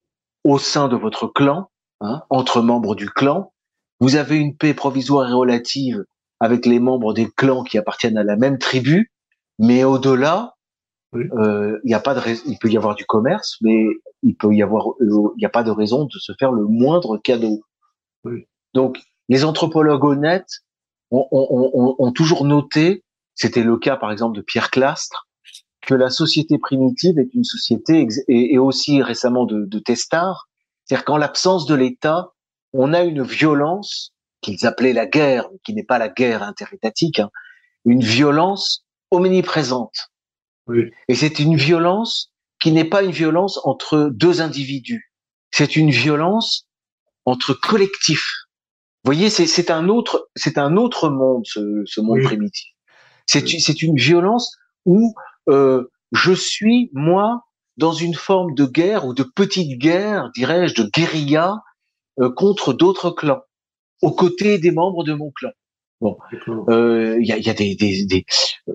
au sein de votre clan, hein, entre membres du clan. Vous avez une paix provisoire et relative avec les membres des clans qui appartiennent à la même tribu, mais au-delà, oui, euh, il y a pas de rais- il peut y avoir du commerce, mais il peut y avoir, euh, il n'y a pas de raison de se faire le moindre cadeau. oui, Donc, les anthropologues honnêtes ont, ont, ont, ont toujours noté, c'était le cas par exemple de Pierre Clastre, que la société primitive est une société, et, et aussi récemment de, de Testard, c'est-à-dire qu'en l'absence de l'État, on a une violence qu'ils appelaient la guerre, qui n'est pas la guerre interétatique, hein, une violence omniprésente. oui, Et c'est une violence qui n'est pas une violence entre deux individus, c'est une violence entre collectifs. Vous voyez, c'est, c'est un autre, c'est un autre monde, ce, ce monde oui, primitif. C'est, oui, c'est une violence où euh, je suis, moi, dans une forme de guerre ou de petite guerre, dirais-je, de guérilla euh, contre d'autres clans, aux côtés des membres de mon clan. Bon, d'accord, euh, il y a, y a des, des, des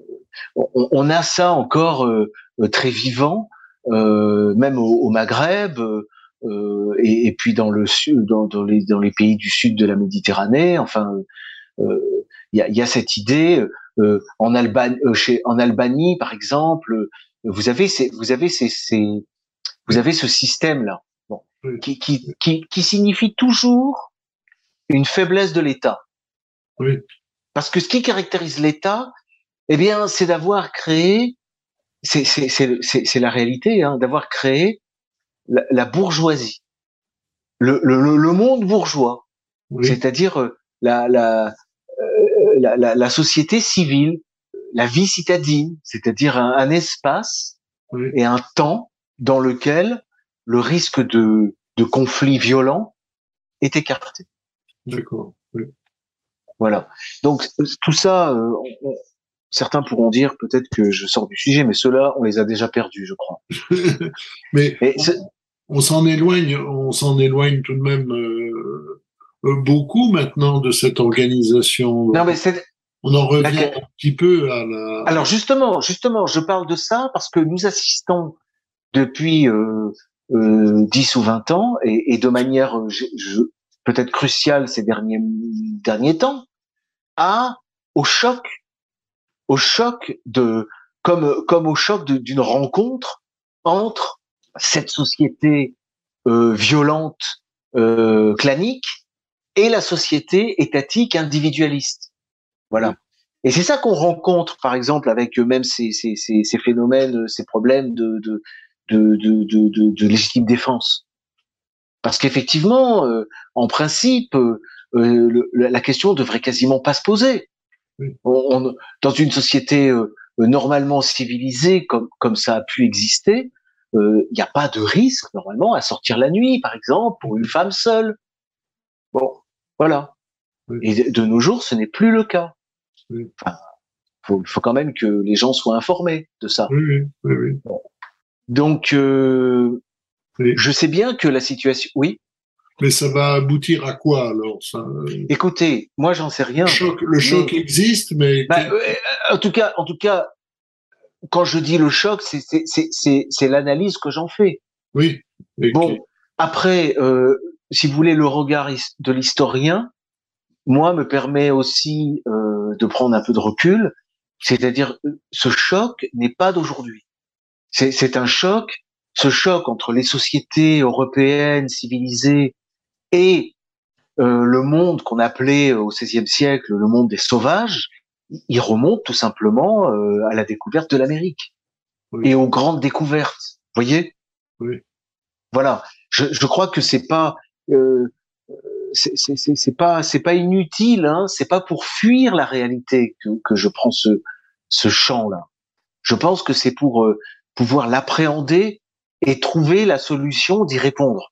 on, on a ça encore euh, très vivant, euh, même au, au Maghreb. Euh, et, et puis dans le sud, dans, dans, les, dans les pays du sud de la Méditerranée, enfin, il euh, y, a, y a cette idée euh, en Albanie, euh, chez, en Albanie par exemple, euh, vous avez ces, vous avez ces, ces vous oui, avez ce système là, bon, oui, qui, qui, qui, qui signifie toujours une faiblesse de l'État, oui, parce que ce qui caractérise l'État, eh bien, c'est d'avoir créé, c'est, c'est, c'est, c'est, c'est la réalité, hein, d'avoir créé la, la bourgeoisie, le, le, le monde bourgeois, oui, c'est-à-dire euh, la, la, euh, la, la, la société civile, la vie citadine, c'est-à-dire un, un espace oui, et un temps dans lequel le risque de, de conflits violents est écarté. d'accord, oui. Voilà. Donc tout ça, euh, on, on, certains pourront dire peut-être que je sors du sujet, mais ceux-là, on les a déjà perdus, je crois. Mais Et on, on s'en éloigne, on s'en éloigne tout de même euh, euh, beaucoup maintenant de cette organisation. non, Donc, mais c'est on en la... revient un petit peu à la. Alors justement, justement, je parle de ça parce que nous assistons depuis euh, euh, dix ou vingt ans et, et de manière euh, je, je, peut-être cruciale ces derniers derniers temps à au choc, au choc de comme comme au choc de, d'une rencontre entre cette société euh, violente, euh, clanique, et la société étatique individualiste. Oui, Voilà. Et c'est ça qu'on rencontre, par exemple, avec même ces, ces, ces, ces phénomènes, ces problèmes de, de, de, de, de, de, de légitime défense. Parce qu'effectivement, euh, en principe, euh, le, la question devrait quasiment pas se poser. oui, On, on, dans une société euh, normalement civilisée, comme, comme ça a pu exister, il euh, n'y a pas de risque, normalement, à sortir la nuit, par exemple, pour une femme seule. Bon, voilà. oui, Et de, de nos jours, ce n'est plus le cas. oui, Enfin, faut, faut quand même que les gens soient informés de ça. oui, oui, oui, oui. Donc, euh, Et- je sais bien que la situation. Oui. mais ça va aboutir à quoi alors ça, euh, Écoutez, moi, j'en sais le rien, choc, le choc mais existe, mais bah, quel- euh, en tout cas, en tout cas, quand je dis le choc, c'est c'est c'est c'est c'est l'analyse que j'en fais. oui, et qui- Bon, après, euh, si vous voulez, le regard de l'historien, moi, me permet aussi euh, de prendre un peu de recul. C'est-à-dire, ce choc n'est pas d'aujourd'hui. C'est, c'est un choc, ce choc entre les sociétés européennes civilisées et euh, le monde qu'on appelait au seizième siècle le monde des sauvages, il remonte tout simplement euh, à la découverte de l'Amérique Oui, et aux grandes découvertes. Vous voyez? oui, Voilà. Je, je crois que c'est pas euh, c'est, c'est, c'est c'est pas c'est pas inutile. Hein, c'est pas pour fuir la réalité que, que je prends ce ce champ-là. Je pense que c'est pour euh, pouvoir l'appréhender et trouver la solution d'y répondre.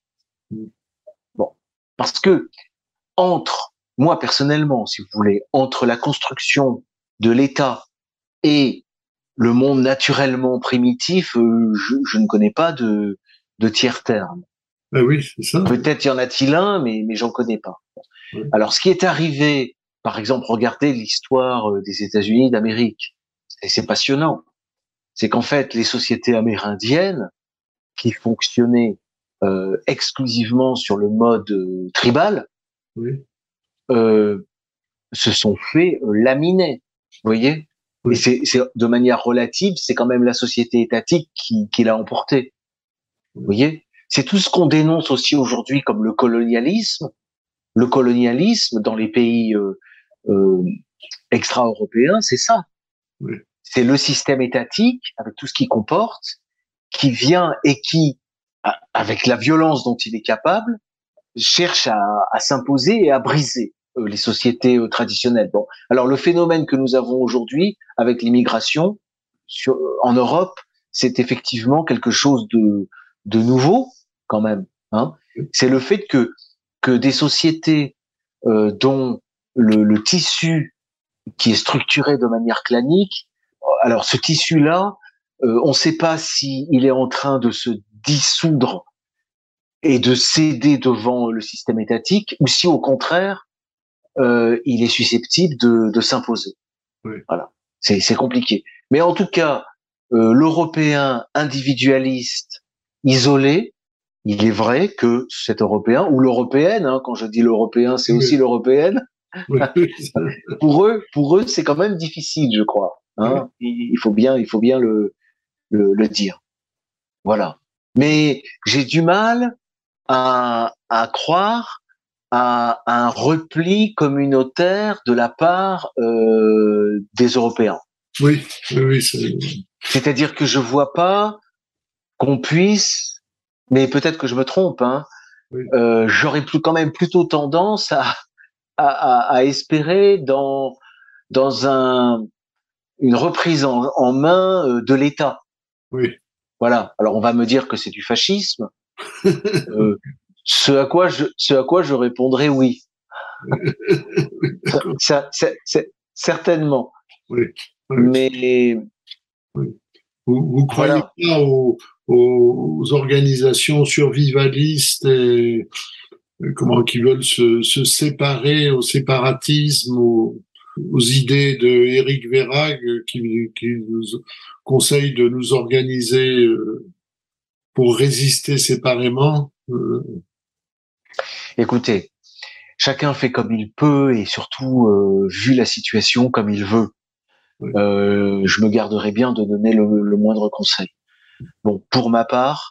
Bon, parce que entre moi personnellement, si vous voulez, entre la construction de l'État et le monde naturellement primitif, euh, je, je ne connais pas de, de tiers terme. ben oui, c'est ça. Peut-être y en a-t-il un, mais, mais j'en connais pas. Oui, Alors, ce qui est arrivé, par exemple, regardez l'histoire euh, des États-Unis d'Amérique. Et c'est passionnant. C'est qu'en fait, les sociétés amérindiennes qui fonctionnaient euh, exclusivement sur le mode euh, tribal oui, euh, se sont fait euh, laminer. Vous voyez? Et oui, c'est, c'est de manière relative, c'est quand même la société étatique qui, qui l'a emporté. Vous oui, voyez? C'est tout ce qu'on dénonce aussi aujourd'hui comme le colonialisme. Le colonialisme dans les pays euh, euh, extra-européens, c'est ça. oui, C'est le système étatique avec tout ce qu'il comporte, qui vient et qui, avec la violence dont il est capable, cherche à, à s'imposer et à briser euh, les sociétés euh, traditionnelles. Bon, alors le phénomène que nous avons aujourd'hui avec l'immigration sur, en Europe, c'est effectivement quelque chose de, de nouveau quand même. Hein. C'est le fait que que des sociétés euh, dont le, le tissu qui est structuré de manière clanique, alors ce tissu-là, euh, on ne sait pas s'il est en train de se dissoudre et de céder devant le système étatique, ou si au contraire, euh, il est susceptible de, de s'imposer. oui, Voilà, c'est, c'est compliqué. Mais en tout cas, euh, l'Européen individualiste, isolé, il est vrai que cet Européen, ou l'Européenne, hein, quand je dis l'Européen, c'est aussi oui, l'Européenne, oui, oui, pour eux, pour eux, c'est quand même difficile, je crois. Hein. Il faut bien, il faut bien le, le, le dire. Voilà. Mais j'ai du mal à, à croire à un repli communautaire de la part euh, des Européens. oui, oui, oui, c'est, C'est-à-dire que je vois pas qu'on puisse, mais peut-être que je me trompe, hein, oui, euh, j'aurais plus, quand même plutôt tendance à, à, à, à espérer dans, dans un, une reprise en, en main euh, de l'État. oui. Voilà. Alors on va me dire que c'est du fascisme. Euh, ce à quoi je, ce à quoi je répondrai oui. Ça, D'accord. ça, ça, ça, certainement. Oui, oui, Mais oui. Vous, vous croyez voilà. pas aux, aux organisations survivalistes et euh, comment qui veulent se, se séparer au séparatisme, aux, aux idées de Éric Verhaeg qui, qui nous conseille de nous organiser euh, pour résister séparément. Euh, Écoutez, chacun fait comme il peut et surtout, euh, vu la situation, comme il veut. oui, Euh, je me garderai bien de donner le, le moindre conseil. Bon, pour ma part,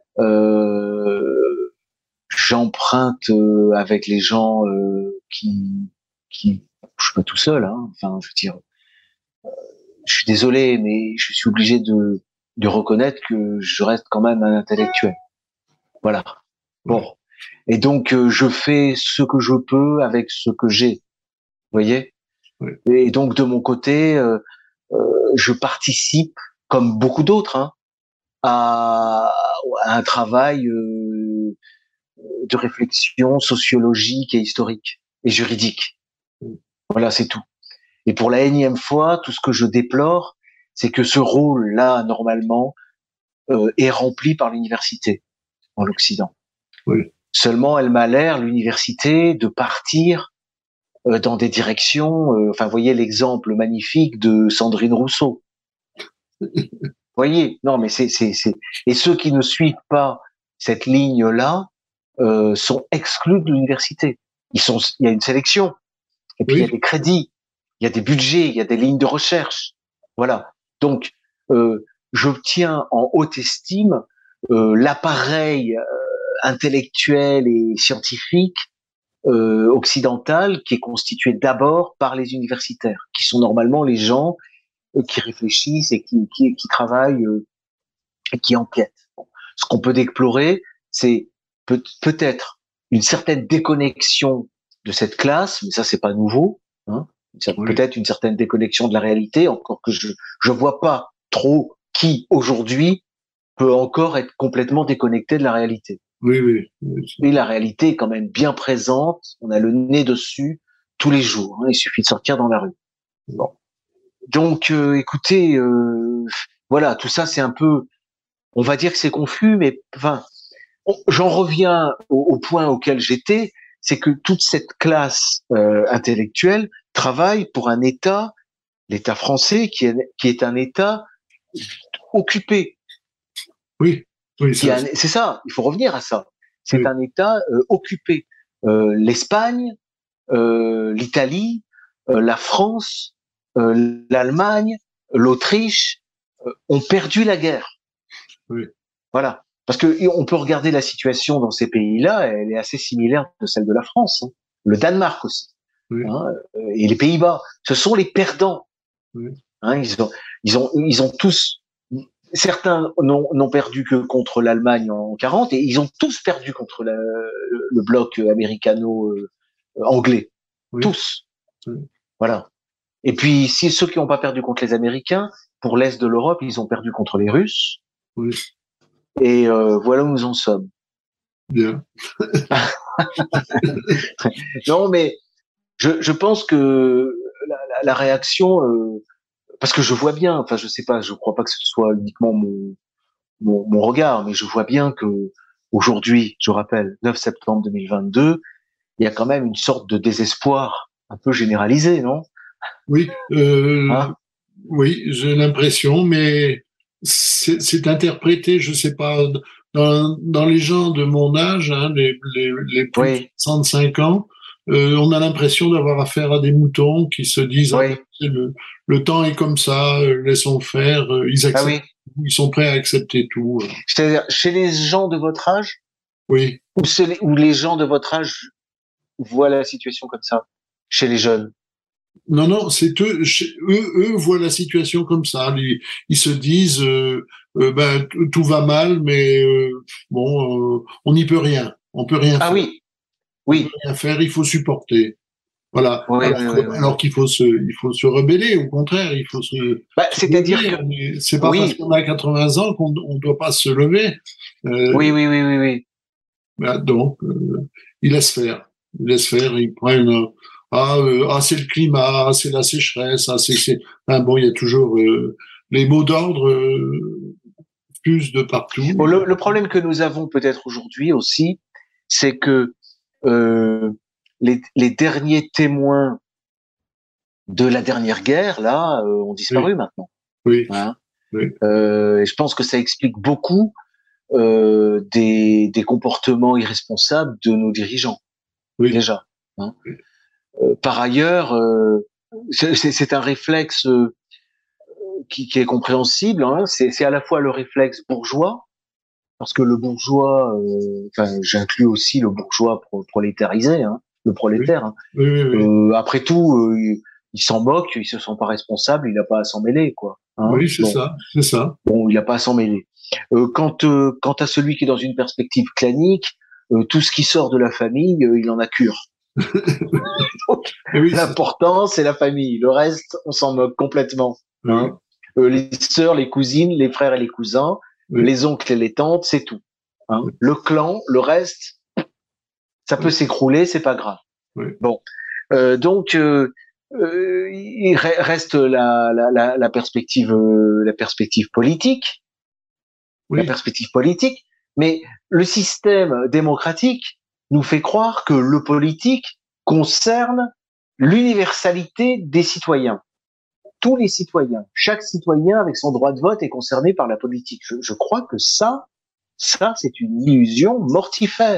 euh, j'emprunte euh, avec les gens euh, qui, qui, je suis pas tout seul. Hein, enfin, je veux dire, je suis désolé, mais je suis obligé de, de reconnaître que je reste quand même un intellectuel. Voilà. oui, Bon. Et donc, euh, je fais ce que je peux avec ce que j'ai. Vous voyez? oui, Et donc, de mon côté, euh, euh, je participe, comme beaucoup d'autres, hein, à, à un travail euh, de réflexion sociologique et historique et juridique. oui, Voilà, c'est tout. Et pour la énième fois, tout ce que je déplore, c'est que ce rôle-là, normalement, euh, est rempli par l'université en l'Occident. oui. Seulement, elle m'a l'air, l'université, de partir euh, dans des directions. Euh, enfin, voyez l'exemple magnifique de Sandrine Rousseau. Voyez, non, mais c'est, c'est, c'est. Et ceux qui ne suivent pas cette ligne-là, euh, sont exclus de l'université. Ils sont, il y a une sélection, et puis oui. il y a des crédits, il y a des budgets, il y a des lignes de recherche. Voilà. Donc, euh, je tiens en haute estime euh, l'appareil euh, intellectuel et scientifique euh, occidental qui est constitué d'abord par les universitaires, qui sont normalement les gens euh, qui réfléchissent et qui, qui, qui travaillent euh, et qui enquêtent. Bon. Ce qu'on peut déplorer, c'est peut, peut-être une certaine déconnexion de cette classe, mais ça c'est pas nouveau. Hein. Oui. Peut-être une certaine déconnexion de la réalité, encore que je je vois pas trop qui aujourd'hui peut encore être complètement déconnecté de la réalité. Oui, oui. oui. Et la réalité est quand même bien présente. On a le nez dessus tous les jours. Hein, il suffit de sortir dans la rue. Bon. Donc, euh, écoutez, euh, voilà, tout ça c'est un peu, on va dire que c'est confus, mais enfin, on, j'en reviens au, au point auquel j'étais, c'est que toute cette classe euh, intellectuelle travaille pour un État, l'État français, qui est, qui est un État occupé. Oui, oui, ça, un, c'est ça. Il faut revenir à ça. C'est oui. un État euh, occupé. Euh, L'Espagne, euh, l'Italie, euh, la France, euh, l'Allemagne, l'Autriche euh, ont perdu la guerre. Oui. Voilà. Parce que on peut regarder la situation dans ces pays-là, elle est assez similaire de celle de la France. Hein. Le Danemark aussi. Oui. Hein, et les Pays-Bas. Ce sont les perdants. Oui. Hein, ils ont, ils ont, ils ont tous. Certains n'ont, n'ont perdu que contre l'Allemagne en quarante et ils ont tous perdu contre la, le bloc américano-anglais. Oui. Tous. Oui. Voilà. Et puis, si ceux qui n'ont pas perdu contre les Américains, pour l'Est de l'Europe, ils ont perdu contre les Russes. Oui. Et euh, voilà où nous en sommes. Bien. Non, mais je, je pense que la, la, la réaction... Euh, parce que je vois bien, enfin je sais pas, je crois pas que ce soit uniquement mon, mon, mon regard, mais je vois bien que aujourd'hui, je rappelle, neuf septembre deux mille vingt-deux, il y a quand même une sorte de désespoir un peu généralisé, non? Oui, euh, hein oui, j'ai l'impression, mais c'est, c'est interprété, je sais pas, dans, dans les gens de mon âge, hein, les, les, les plus oui. de soixante-cinq ans, euh, on a l'impression d'avoir affaire à des moutons qui se disent oui. ah, le, le temps est comme ça, laissons faire, ils acceptent, ah oui. ils sont prêts à accepter tout. C'est-à-dire chez les gens de votre âge, oui, ou, les, ou les gens de votre âge voient la situation comme ça, chez les jeunes. Non, non, c'est eux, eux, eux voient la situation comme ça. Ils, ils se disent, euh, euh, ben tout va mal, mais euh, bon, euh, on n'y peut rien. On peut rien ah, faire. oui, oui. On peut rien faire. Il faut supporter. Voilà. Oui, alors, oui, que, oui, oui. alors qu'il faut se, il faut se rebeller. Au contraire, il faut se. Bah, se c'est-à-dire lever. que c'est pas oui. parce qu'on a quatre-vingts ans qu'on on doit pas se lever. Euh, oui, oui, oui, oui, oui. Ben, donc, euh, ils laissent faire. Ils laissent faire. Ils prennent. Euh, Ah, euh, ah c'est le climat, ah, c'est la sécheresse, ah, c'est, c'est... Enfin, bon, il y a toujours euh, les mots d'ordre euh, plus de partout. Bon, le, le problème que nous avons peut-être aujourd'hui aussi, c'est que euh, les, les derniers témoins de la dernière guerre, là, euh, ont disparu oui. maintenant. Oui. Hein oui. Euh, et je pense que ça explique beaucoup euh, des, des comportements irresponsables de nos dirigeants. Oui. Déjà. Hein oui. Euh, par ailleurs, euh, c'est, c'est un réflexe euh, qui, qui est compréhensible. Hein. C'est, c'est à la fois le réflexe bourgeois, parce que le bourgeois, euh, enfin, j'inclus aussi le bourgeois pro- prolétarisé, hein, le prolétaire. Hein. Oui, oui, oui. Euh, après tout, euh, il, il s'en moque, il se sent pas responsable, il n'a pas à s'en mêler, quoi. Hein. Oui, c'est bon. ça, c'est ça. Bon, il n'a pas à s'en mêler. Euh, quant, euh, quant à celui qui est dans une perspective clanique, euh, tout ce qui sort de la famille, euh, il en a cure. Donc, oui, l'important, c'est la famille. Le reste, on s'en moque complètement. Oui. Hein. Euh, les sœurs, les cousines, les frères et les cousins, oui. les oncles et les tantes, c'est tout. Hein. Oui. Le clan, le reste, ça peut oui. s'écrouler, c'est pas grave. Oui. Bon, euh, donc euh, euh, il reste la, la, la, la perspective, euh, la perspective politique, oui. la perspective politique. Mais le système démocratique nous fait croire que le politique concerne l'universalité des citoyens. Tous les citoyens, chaque citoyen avec son droit de vote est concerné par la politique. Je, je crois que ça, ça c'est une illusion mortifère.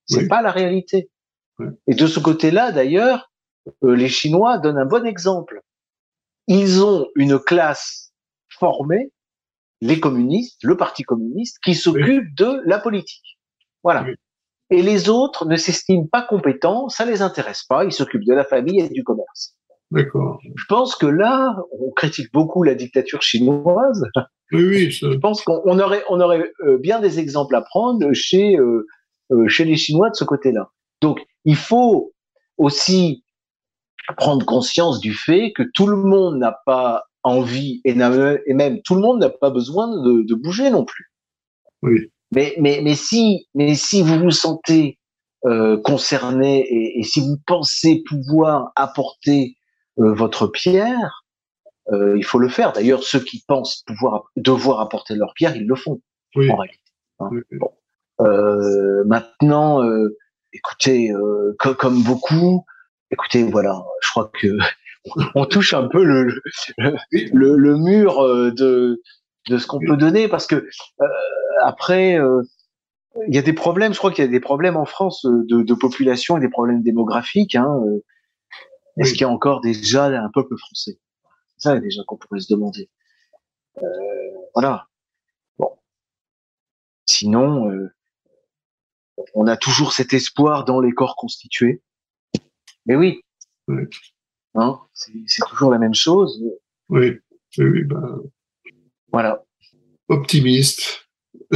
C'est oui. pas la réalité. Oui. Et de ce côté-là, d'ailleurs, euh, les Chinois donnent un bon exemple. Ils ont une classe formée, les communistes, le Parti communiste, qui s'occupe oui. de la politique. Voilà. Oui. Et les autres ne s'estiment pas compétents, ça les intéresse pas, ils s'occupent de la famille et du commerce. D'accord. Je pense que là, on critique beaucoup la dictature chinoise. Oui, oui. Ça... Je pense qu'on aurait, on aurait bien des exemples à prendre chez, euh, chez les Chinois de ce côté-là. Donc, il faut aussi prendre conscience du fait que tout le monde n'a pas envie et, et même tout le monde n'a pas besoin de, de bouger non plus. Oui. Mais, mais, mais si, mais si vous vous sentez euh, concerné et, et si vous pensez pouvoir apporter euh, votre pierre, euh, il faut le faire. D'ailleurs, ceux qui pensent pouvoir devoir apporter leur pierre, ils le font oui. en réalité. Hein. Oui. Bon. Euh, maintenant, euh, écoutez, euh, co comme beaucoup, écoutez, voilà, je crois que on touche un peu le le, le, le mur de de ce qu'on peut donner parce que euh, après. Euh, Il y a des problèmes, je crois qu'il y a des problèmes en France de, de population et des problèmes démographiques. Hein. Est-ce oui. qu'il y a encore déjà un peuple français? C'est ça déjà qu'on pourrait se demander. Euh, voilà. Bon. Sinon, euh, on a toujours cet espoir dans les corps constitués. Mais oui. oui. Hein, c'est toujours la même chose. Oui. Oui, oui ben... Voilà. Optimiste.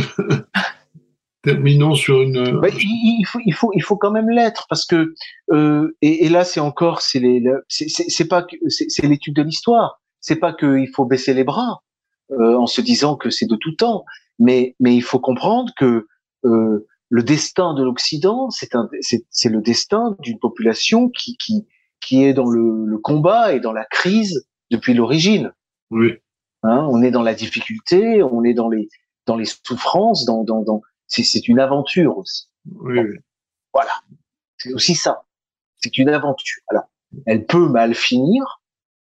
Terminons sur une. Ben, il, il faut, il faut, il faut quand même l'être parce que euh, et, et là c'est encore, c'est les, c'est pas, c'est l'étude de l'histoire. C'est pas qu'il faut baisser les bras euh, en se disant que c'est de tout temps, mais mais il faut comprendre que euh, le destin de l'Occident, c'est un, c'est le destin d'une population qui qui qui est dans le, le combat et dans la crise depuis l'origine. Oui. Hein, on est dans la difficulté, on est dans les dans les souffrances, dans dans dans c'est une aventure aussi. Oui, oui. Voilà. C'est aussi ça. C'est une aventure. Alors, elle peut mal finir.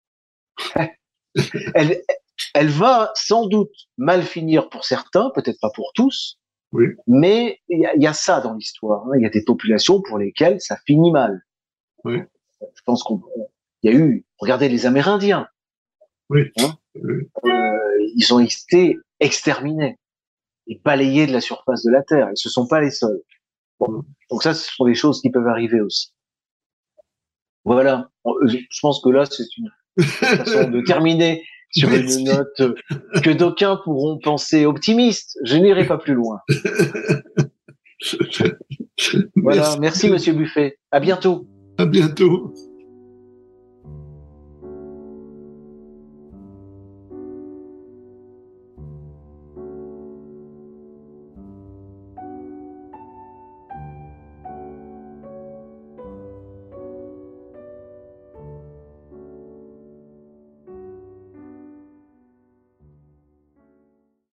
elle, elle va sans doute mal finir pour certains, peut-être pas pour tous. Oui. Mais il y, y a ça dans l'histoire. Il hein. y a des populations pour lesquelles ça finit mal. Oui. Je pense qu'on, il y a eu, regardez les Amérindiens. Oui. Hein oui. Euh, ils ont été exterminés et balayés de la surface de la Terre. Ils ne sont pas les seuls. Bon. Donc ça, ce sont des choses qui peuvent arriver aussi. Voilà. Je pense que là, c'est une façon de terminer sur une note que d'aucuns pourront penser optimiste. Je n'irai pas plus loin. Voilà. Merci, Monsieur Buffet. À bientôt. À bientôt.